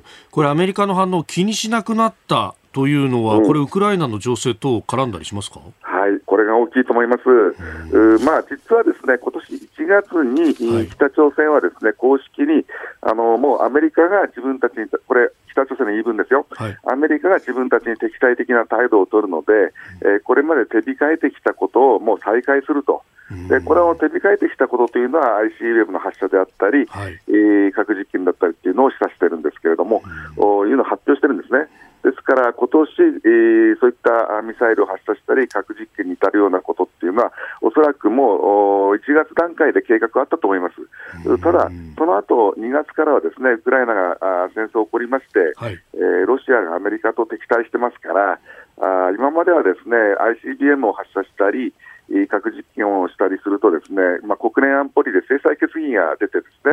これアメリカの反応を気にしなくなったというのは、うん、これウクライナの情勢と絡んだりしますか？ はい、これが大きいと思います。うまあ、実はですね、今年いちがつに、はい、北朝鮮はですね、公式にあのもうアメリカが自分たちに、これ北朝鮮の言い分ですよ、はい、アメリカが自分たちに敵対的な態度を取るので、うん、えー、これまで手控えてきたことをもう再開すると。でこれを手控えてきたことというのは アイシービーエム の発射であったり、はい、えー、核実験だったりというのを示唆しているんですけれども、うん、いうのを発表してるんですね。ですから今年、えー、そういったミサイルを発射したり核実験に至るようなことっていうのはおそらくもういちがつ段階で計画あったと思います。うん、ただその後にがつからはですね、ウクライナが戦争起こりまして、はい、えー、ロシアがアメリカと敵対してますから、あ今まではですね アイシービーエム を発射したり核実験をしたりするとですね、まあ、国連安保理で制裁決議が出てですね、うん、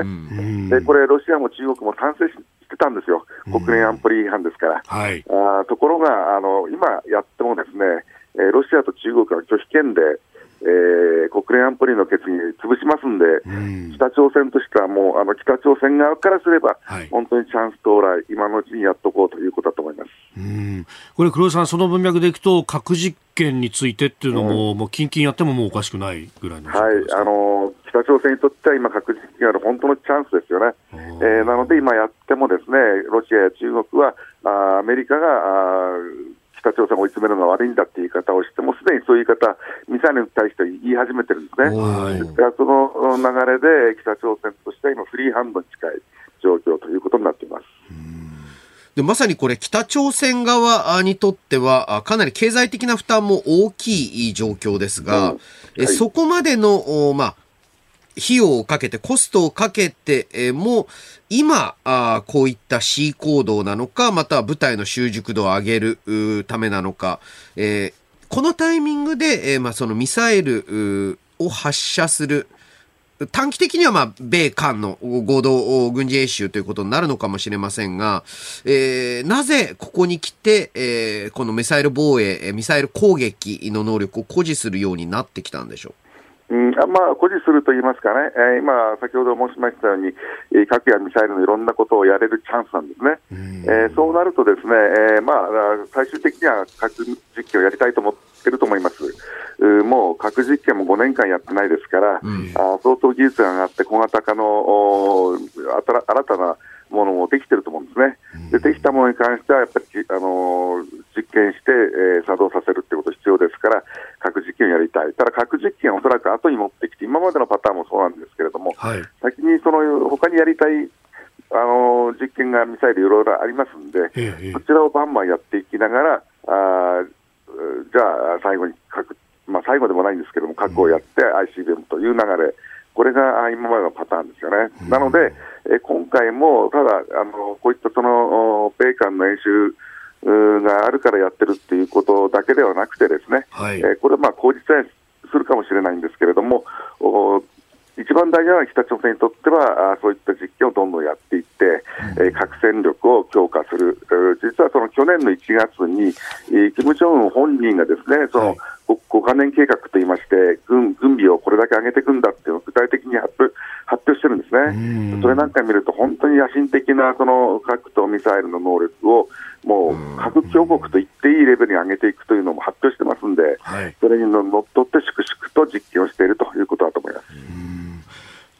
でこれロシアも中国も賛成してたんですよ。国連安保理違反ですから、うん、はい、あところがあの今やってもですね、えー、ロシアと中国が拒否権で、えー、国連安保理の決議潰しますんで、うん、北朝鮮としてはもうあの北朝鮮側からすれば、はい、本当にチャンス到来、今のうちにやっとこうということだと思います。 うん、これ黒井さん、その文脈でいくと核実験についてっていうのも、うん、もうキンキンやってももうおかしくないぐらいの状況ですか？はい、あの北朝鮮にとっては今核実験がある本当のチャンスですよね。えー、なので今やってもですね、ロシアや中国はあアメリカがあ北朝鮮を追い詰めるのが悪いんだっていう言い方をして、もうすでにそういう言い方ミサイルに対して言い始めてるんですね。ですからその流れで北朝鮮としては今フリーハンドに近い状況ということになっています。 でまさにこれ北朝鮮側にとってはかなり経済的な負担も大きい状況ですが、うん、はい、えそこまでの、まあ、費用をかけてコストをかけても今あこういった C 行動なのか、または部隊の習熟度を上げるためなのか、えー、このタイミングで、えーまあ、そのミサイルを発射する短期的にはまあ米韓の合同軍事演習ということになるのかもしれませんが、えー、なぜここに来て、えー、このミサイル防衛、ミサイル攻撃の能力を誇示するようになってきたんでしょう？うん、まあ、誇示すると言いますかね、えー、今、先ほど申しましたように、えー、核やミサイルのいろんなことをやれるチャンスなんですね。えー、そうなるとですね、えーまあ、最終的には核実験をやりたいと思っていると思います。もう核実験もごねんかんやってないですから、うん、あ相当技術が上がって小型化の新たなものもできていると思うんですね。でできたものに関してはやっぱり、あのー、実験して、えー、作動させるということが必要ですから核実験をやりたい。ただ核実験はおそらく後に持ってきて、今までのパターンもそうなんですけれども、はい、先にその他にやりたいあのー、実験がミサイルいろいろありますので、ええ、そちらをバンバンやっていきながら、あじゃあ最後に核、まあ、最後でもないんですけども核をやって アイシービーエム という流れ、これが今までのパターンですよね。うん、なので、え今回もただあのこういったその米韓の演習があるからやってるっていうことだけではなくてですね、はい、えこれはまあ口実はするかもしれないんですけれども、一番大事なのは北朝鮮にとってはそういった実験をどんどんやっていって、うん、核戦力を強化する。実はその去年のいちがつに金正恩本人がですね、その、はい、ごかねん計画といいまして軍、軍備をこれだけ上げていくんだっていうのを具体的に発表、発表してるんですね。それなんか見ると本当に野心的なその核とミサイルの能力をもう核強国と言っていいレベルに上げていくというのも発表してますんで、はい、それにのっとって粛々と実験をしているということだと思います。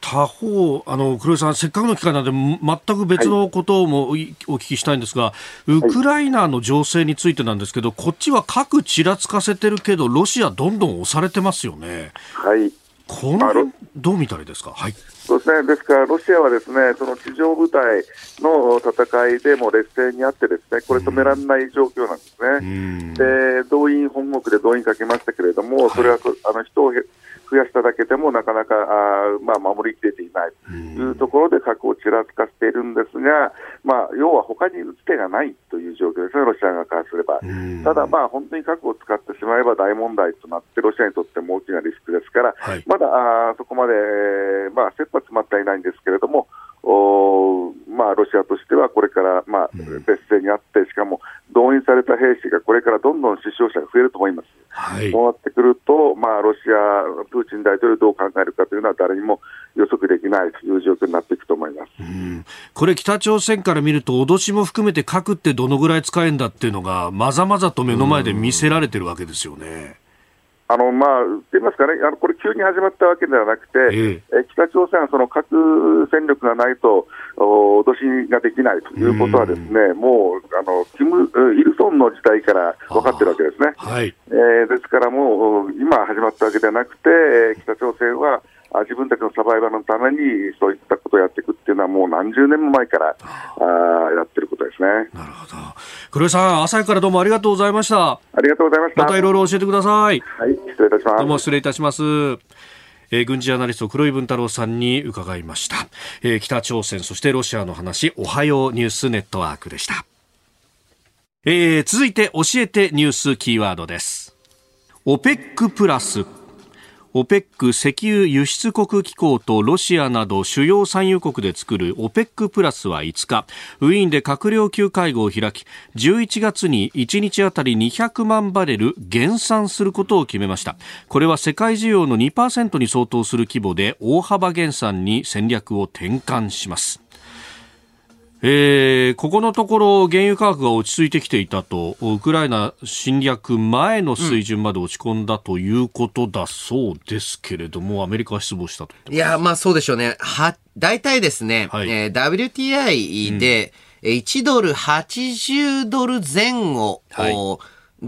他方、あの黒井さん、せっかくの機会なので全く別のこともお聞きしたいんですが、はい、ウクライナの情勢についてなんですけど、こっちは核ちらつかせてるけどロシアどんどん押されてますよね。 はい、 この辺どう見たらいいですか。はい、 そうですね。ですからロシアはですね、その地上部隊の戦いでも劣勢にあってですね、これ止められない状況なんですね。うん、で動員本国で動員かけましたけれども、それは、はい、あの人を増やしただけでもなかなかあ、まあ、守りきれていないというところで核をちらつかせているんですが、まあ、要は他に打つ手がないという状況ですね、ロシア側からすれば。ただ、まあ、本当に核を使ってしまえば大問題となってロシアにとっても大きなリスクですから、はい、まだあそこまで、まあ、切羽詰まってはいないんですけれども、おまあ、ロシアとしてはこれから、まあ、劣勢にあって、しかも動員された兵士がこれからどんどん死傷者が増えると思います。はい、そうなってくると、まあ、ロシア、プーチン大統領どう考えるかというのは誰にも予測できないという状況になっていくと思います。 うん、これ北朝鮮から見ると脅しも含めて核ってどのぐらい使えるんだっていうのがまざまざと目の前で見せられてるわけですよね。 あのまあ、言いますかね、あのこれ急に始まったわけではなくて、ええ、北朝鮮はその核戦力がないと脅しができないということはですね、もうあのキム・イルソンの時代から分かってるわけですね。はい、えー、ですからもう今始まったわけではなくて、北朝鮮は自分たちのサバイバルのためにそういったことをやっていくっていうのはもう何十年も前からあやってることですね。 なるほど。黒井さん、朝からどうもありがとうございました。 ありがとうございました。 またいろいろ教えてください。 はい、失礼いたします。 どうも失礼いたします。えー、軍事ジャーナリスト黒井文太郎さんに伺いました。えー、北朝鮮そしてロシアの話、おはようニュースネットワークでした。えー、続いて教えてニュースキーワードです。オペックプラス。オペック 石油輸出国機構とロシアなど主要産油国で作る オペック プラスはいつかウィーンで閣僚級会合を開き、じゅういちがつにいちにちあたりにひゃくまんバレル減産することを決めました。これは世界需要の にパーセント に相当する規模で大幅減産に戦略を転換します。えー、ここのところ原油価格が落ち着いてきていたと、ウクライナ侵略前の水準まで落ち込んだということだそうですけれども、うん、アメリカは失望したと言ってます。 いや、まあそうでしょうね。は、大体ですね、はい、えー、ダブリューティーアイ でいちドルはちじゅうドルぜん後、はい、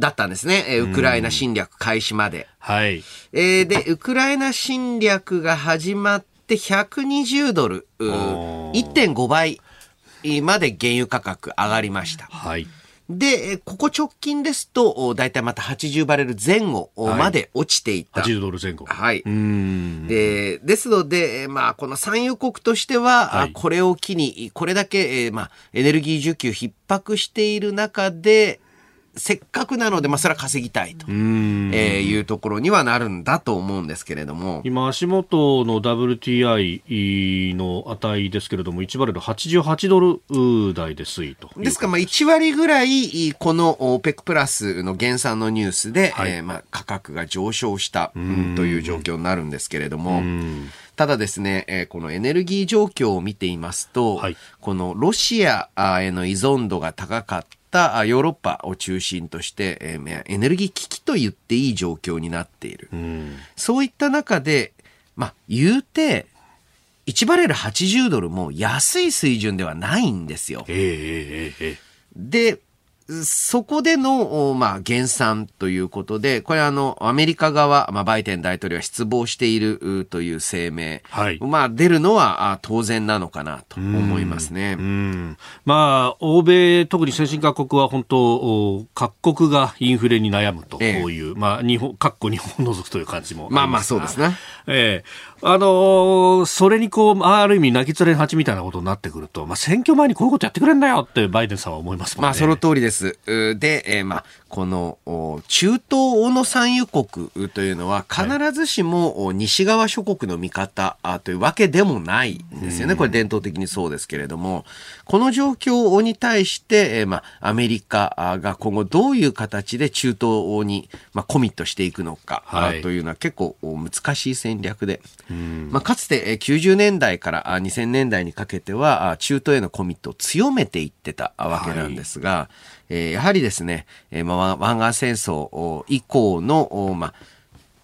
だったんですね。ウクライナ侵略開始まで。はい。えー、で、ウクライナ侵略が始まってひゃくにじゅうドル、いってんごばい。まで原油価格上がりました。はい。で、ここ直近ですと、だいたいまたはちじゅうバレルぜん後まで落ちていった。 はい、はちじゅうドルぜん後。 はい。うーんで、ですので、まあ、この産油国としては、はい、これを機に、これだけ、えー、まあ、エネルギー需給逼迫している中で、せっかくなので、まあ、それは稼ぎたいと、えー、いうところにはなるんだと思うんですけれども、 今足元の ダブリューティーアイ の値ですけれどもいちバレルはちじゅうはちドル台で推移というですから、まあいち割ぐらいこの オペック プラスの減産のニュースで、はい、えー、まあ価格が上昇した、うん、という状況になるんですけれども、ただですね、えー、このエネルギー状況を見ていますと、はい、このロシアへの依存度が高かったヨーロッパを中心として、えー、エネルギー危機と言っていい状況になっている。うん、そういった中で、まあ、言うて、いちバレルはちじゅうドルも安い水準ではないんですよ。えーえー、で、そこでの、まあ、減産ということで、これあの、アメリカ側、まあ、バイデン大統領が失望しているという声明。はい。まあ、出るのは当然なのかなと思いますね。うん。うんまあ、欧米、特に先進各国は本当、各国がインフレに悩むという、ええ、まあ、日本、各国日本を除くという感じもありますが。 まあまあ、そうですね。 ええ。あのー、それにこう、ある意味泣き連れ蜂みたいなことになってくると、まあ、選挙前にこういうことやってくれんだよってバイデンさんは思いますもんね。 まあ、その通りです。で、えー、まあ、この中東の産油国というのは必ずしも西側諸国の味方というわけでもないんですよね。これ伝統的にそうですけれども、この状況に対して、えー、まあ、アメリカが今後どういう形で中東に、まあ、コミットしていくのか、はい、というのは結構難しい戦略で、まあ、かつてきゅうじゅうねんだいからにせんねんだいにかけては中東へのコミットを強めていってたわけなんですが、はいえー、やはりですね、えーまあ、湾岸戦争以降の、まあ、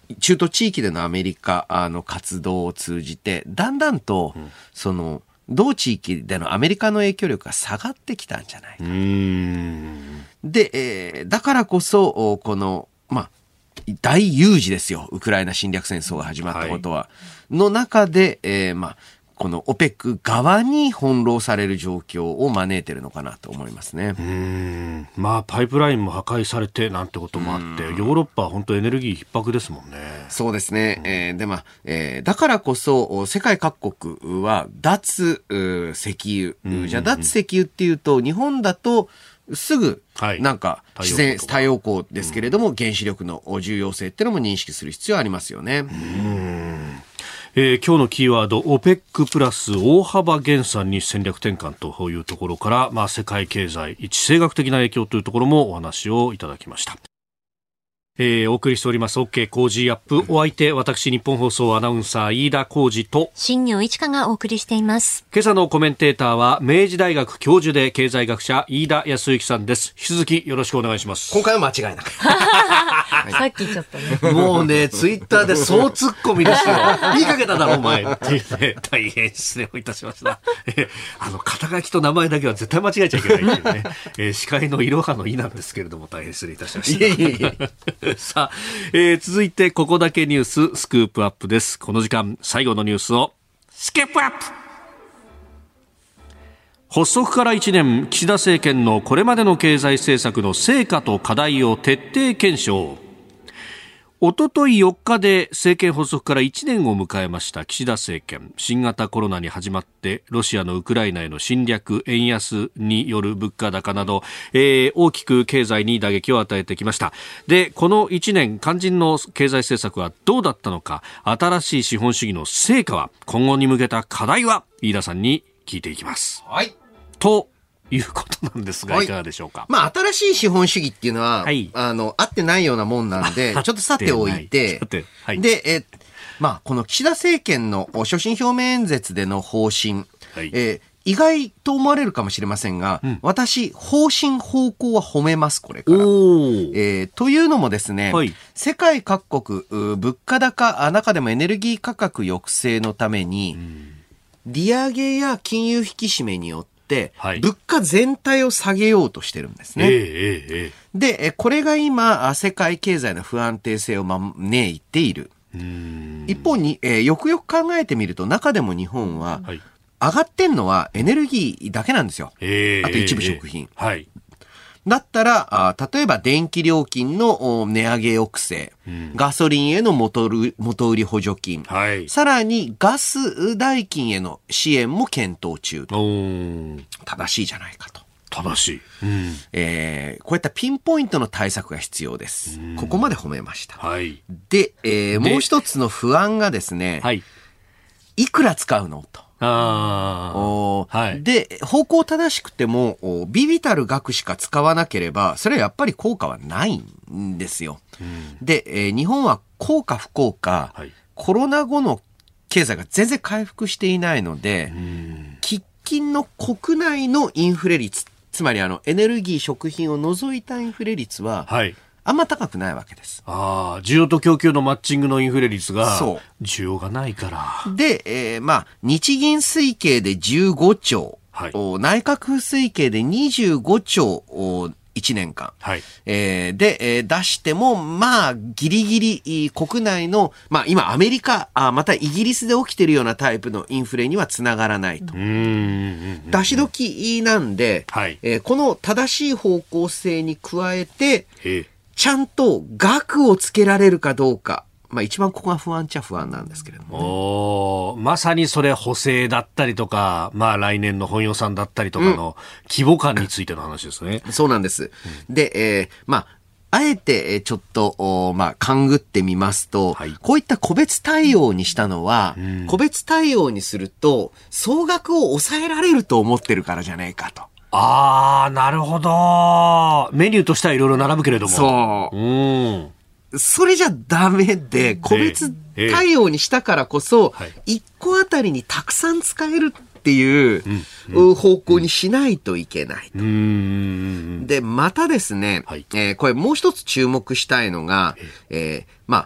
中東地域でのアメリカの活動を通じて、だんだんと、うん、その、同地域でのアメリカの影響力が下がってきたんじゃないか。うーんで、えー、だからこそ、この、まあ、大有事ですよ。ウクライナ侵略戦争が始まったことは。はい、の中で、えー、まあ、このオペック側に翻弄される状況を招いているのかなと思いますね。 うーん、まあパイプラインも破壊されてなんてこともあって、ヨーロッパは本当エネルギー逼迫ですもんね。 そうですね。えー、でまあ、えー、だからこそ世界各国は脱石油、じゃあ脱石油っていうと日本だとすぐなんか自然太陽光ですけれども、原子力の重要性っていうのも認識する必要ありますよね。うーん、えー、今日のキーワード オペック プラス大幅減産に戦略転換というところから、まあ、世界経済地政学的な影響というところもお話をいただきました。えー、お送りしております OK 工事アップ、お相手私日本放送アナウンサー飯田浩司と新業一華がお送りしています。 今朝のコメンテーターは明治大学教授で経済学者飯田康之さんです。引き続きよろしくお願いします。 今回は間違いなくさっきちょっとねもうねツイッターで総ツッコミですよ言いかけただろお前っていうね、大変失礼をいたしました。えあの肩書きと名前だけは絶対間違えちゃいけないっていうね、えー、司会のいろはのいなんですけれども大変失礼いたしました。いえいえいえさあ、えー、続いてここだけニューススクープアップです。この時間最後のニュースをスキップアップ。発足からいちねん、岸田政権のこれまでの経済政策の成果と課題を徹底検証。おとといよっかで政権発足からいちねんを迎えました岸田政権。新型コロナに始まってロシアのウクライナへの侵略、円安による物価高など、えー、大きく経済に打撃を与えてきました。で、このいちねん肝心の経済政策はどうだったのか、新しい資本主義の成果は、今後に向けた課題は、飯田さんに聞いていきます。 はい。ということなんですが、いかがでしょうか。 まあ、新しい資本主義っていうのは、はい、あの、合ってないようなもんなんで、ちょっとさておいて、はい、で、え、まあ、この岸田政権の所信表明演説での方針、はい、えー、意外と思われるかもしれませんが、うん、私、方針方向は褒めます、これから。えー、というのもですね、はい、世界各国、物価高、中でもエネルギー価格抑制のために、うん、利上げや金融引き締めによって、で、はい、物価全体を下げようとしてるんですね。えーえー、で、これが今、世界経済の不安定性を招いている。うーん一方に、えー、よくよく考えてみると、中でも日本は、はい、上がってんのはエネルギーだけなんですよ。えー、あと一部食品。えーはいだったら、あ例えば電気料金の値上げ抑制、うん、ガソリンへの元売り、元売り補助金、はい、さらにガス代金への支援も検討中と。正しいじゃないかと。 正しい。うんえー、こういったピンポイントの対策が必要です。ここまで褒めました。はい、で、えー、もう一つの不安がですね、はい、いくら使うのと。あはい、で方向正しくても微々たる額しか使わなければそれはやっぱり効果はないんですよ、うん、で、えー、日本は効果不効果、はい、コロナ後の経済が全然回復していないので、うん、喫緊の国内のインフレ率つまりあのエネルギー食品を除いたインフレ率は、はいあんま高くないわけです。 ああ、需要と供給のマッチングのインフレ率が、そう。需要がないから。 で、えー、まあ、日銀推計でじゅうごちょう、はい、内閣府推計でにじゅうごちょう、いちねんかん。はい。えー、で、えー、出しても、まあ、ギリギリ、国内の、まあ、今、アメリカ、あまたイギリスで起きてるようなタイプのインフレにはつながらないと。うーん。出し時なんで、はい。えー、この正しい方向性に加えて、へえ。ちゃんと額をつけられるかどうか。まあ一番ここが不安っちゃ不安なんですけれども、ね。 おまさにそれ補正だったりとか、まあ来年の本予算だったりとかの規模感についての話ですね。 うん、そうなんです。うん、で、えー、まあ、あえてちょっと、まあ、勘ぐってみますと、はい、こういった個別対応にしたのは、うん、個別対応にすると、総額を抑えられると思ってるからじゃねえかと。 ああ、なるほど。メニューとしてはいろいろ並ぶけれども。 そう。うん。それじゃダメで、個別対応にしたからこそ、いっこあたりにたくさん使えるっていう方向にしないといけないと。うん、で、またですね、はい、えー、これもう一つ注目したいのが、えー、まあ、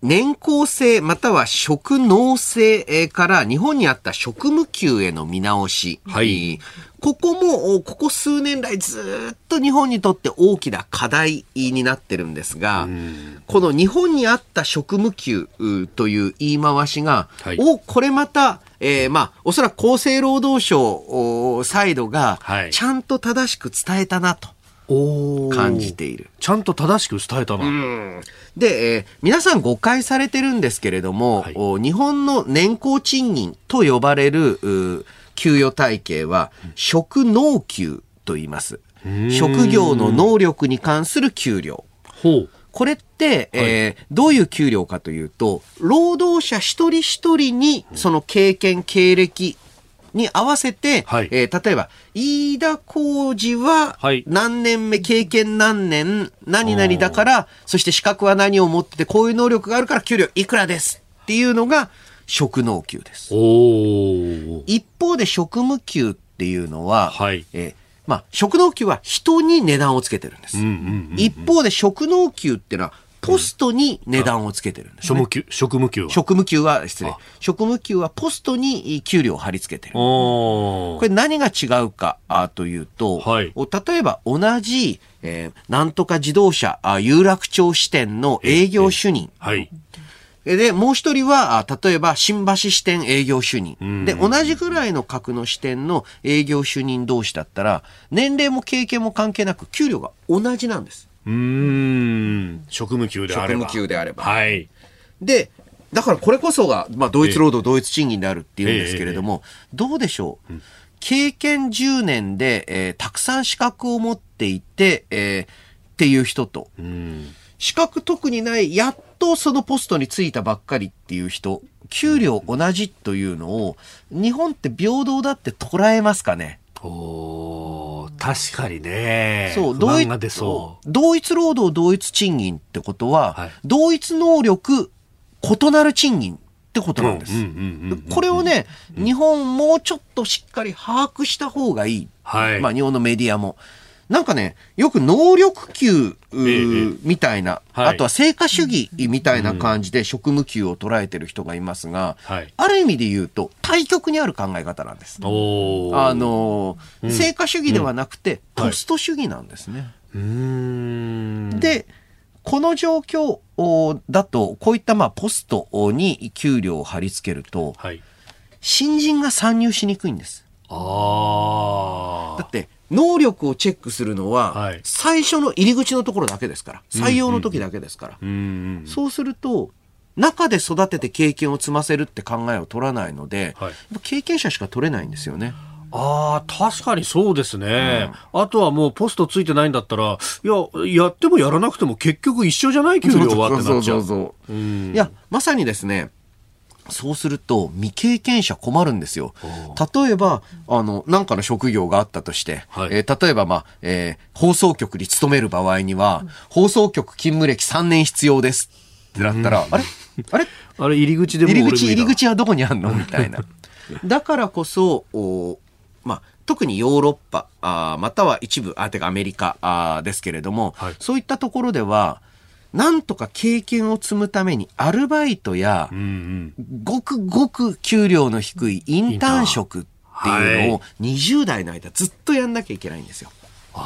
年功制または職能制から日本にあった職務給への見直し。はい。ここも、ここ数年来ずっと日本にとって大きな課題になってるんですが、この日本にあった職務給という言い回しが、はい、お、これまた、えー、まあ、おそらく厚生労働省サイドが、ちゃんと正しく伝えたなと。感じている。 ちゃんと正しく伝えたな。 うんで、えー、皆さん誤解されてるんですけれども、はい、日本の年功賃金と呼ばれる給与体系は、職能給と言います。職業の能力に関する給料。ほう。これって、えーはい、どういう給料かというと、労働者一人一人にその経験、経歴、に合わせて、はいえー、例えば、飯田浩司は何年目、はい、経験何年、何々だから、そして資格は何を持ってて、こういう能力があるから給料いくらですっていうのが職能給です。お一方で職務給っていうのは、はいえーまあ、職能給は人に値段をつけてるんです。うんうんうんうん、一方で職能給っていうのは、ポストに値段をつけてるんですね。 職務給は職務給は、失礼。職務給はポストに給料を貼り付けてる。これ何が違うかというと、はい、例えば同じ、えー、なんとか自動車有楽町支店の営業主任。はい。で、もう一人は、例えば、新橋支店営業主任。で、同じぐらいの格の支店の営業主任同士だったら、年齢も経験も関係なく、給料が同じなんです。 うーん職務給であれば。 職務給であれば。 はい。 で、だからこれこそが、まあ、同一労働、同一賃金であるっていうんですけれども、ええ、どうでしょう。うん、経験じゅうねんで、えー、たくさん資格を持っていて、えー、っていう人と、うん、資格特にない、やっとそのポストに就いたばっかりっていう人、給料同じというのを、日本って平等だって捉えますかね。 お確かにね。 そう、 不安が出そう。 同一労働同一賃金ってことは、はい、同一能力異なる賃金ってことなんです。これをね、うん、日本もうちょっとしっかり把握した方がいい。はい、まあ日本のメディアも。なんかね、よく能力給みたいな、ええはい、あとは成果主義みたいな感じで職務給を捉えてる人がいますが、はい、ある意味で言うと対極にある考え方なんです。おあの、うん、成果主義ではなくて、うん、ポスト主義なんですね。はい、うーんで、この状況だと、こういったまあポストに給料を貼り付けると、はい、新人が参入しにくいんです。あだって能力をチェックするのは最初の入り口のところだけですから、採用の時だけですから、うんうんうん、そうすると中で育てて経験を積ませるって考えを取らないので、はい、経験者しか取れないんですよね。 ああ、確かにそうですね、うん、あとはもうポストついてないんだったら、いや、やってもやらなくても結局一緒じゃない給料はってなっちゃう。そうそうそう、うん、 いや、まさにですね、そうすると未経験者困るんですよ。例えば、あの、なんかの職業があったとして、はい、えー、例えば、まあ、えー、放送局に勤める場合には、うん、放送局勤務歴さんねん必要ですってなったら、うん、あれあれあれ入り口でも入り口、入り口はどこにあんのみたいな。だからこそ、おまあ、特にヨーロッパ、あまたは一部、あ、てかアメリカあですけれども、はい、そういったところでは、なんとか経験を積むためにアルバイトや、うんうん、ごくごく給料の低いインターン職っていうのをにじゅう代の間ずっとやんなきゃいけないんですよ。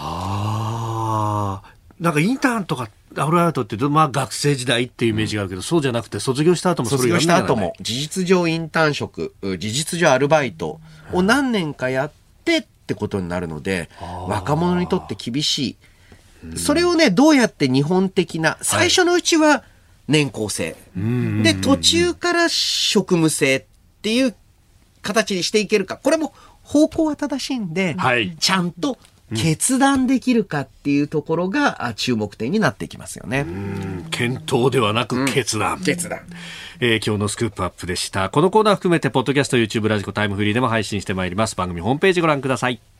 ああ、なんかインターンとかアルバイトって、まあ学生時代っていうイメージがあるけど、うん、そうじゃなくて卒業した後もそれやんなきゃいけない。 卒業した後も事実上インターン職、事実上アルバイトを何年かやってってことになるので、若者にとって厳しい。それをね、どうやって日本的な、最初のうちは年功制、はい、で途中から職務制っていう形にしていけるか、これも方向は正しいんで、はい、ちゃんと決断できるかっていうところが注目点になってきますよね。うん、検討ではなく決断、 うん、決断、 えー、今日のスクープアップでした。このコーナー含めてポッドキャスト、 YouTube、 ラジコ、タイムフリーでも配信してまいります。番組ホームページご覧ください。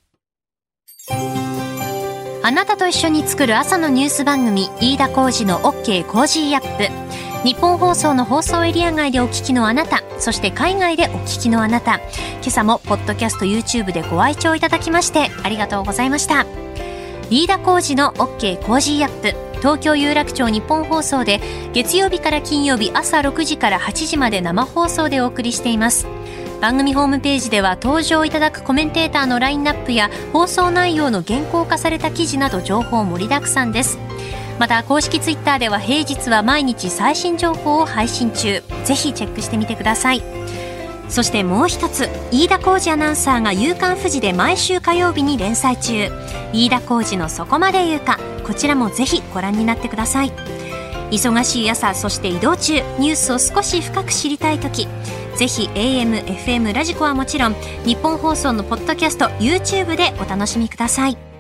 あなたと一緒に作る朝のニュース番組、飯田浩司の OK コージーアップ。日本放送の放送エリア外でお聞きのあなた、そして海外でお聞きのあなた、今朝もポッドキャスト YouTube でご愛聴いただきましてありがとうございました。飯田浩司の OK コージーアップ、 東京有楽町日本放送で月曜日から金曜日朝ろくじからはちじまで生放送でお送りしています。番組ホームページでは登場いただくコメンテーターのラインナップや放送内容の原稿化された記事など情報盛りだくさんです。また公式ツイッターでは平日は毎日最新情報を配信中、ぜひチェックしてみてください。そしてもう一つ、飯田浩司アナウンサーが夕刊フジで毎週火曜日に連載中、飯田浩司のそこまで言うか、こちらもぜひご覧になってください。忙しい朝、そして移動中、ニュースを少し深く知りたいとき、ぜひ エーエム、エフエム ラジコはもちろん日本放送のポッドキャスト YouTube でお楽しみください。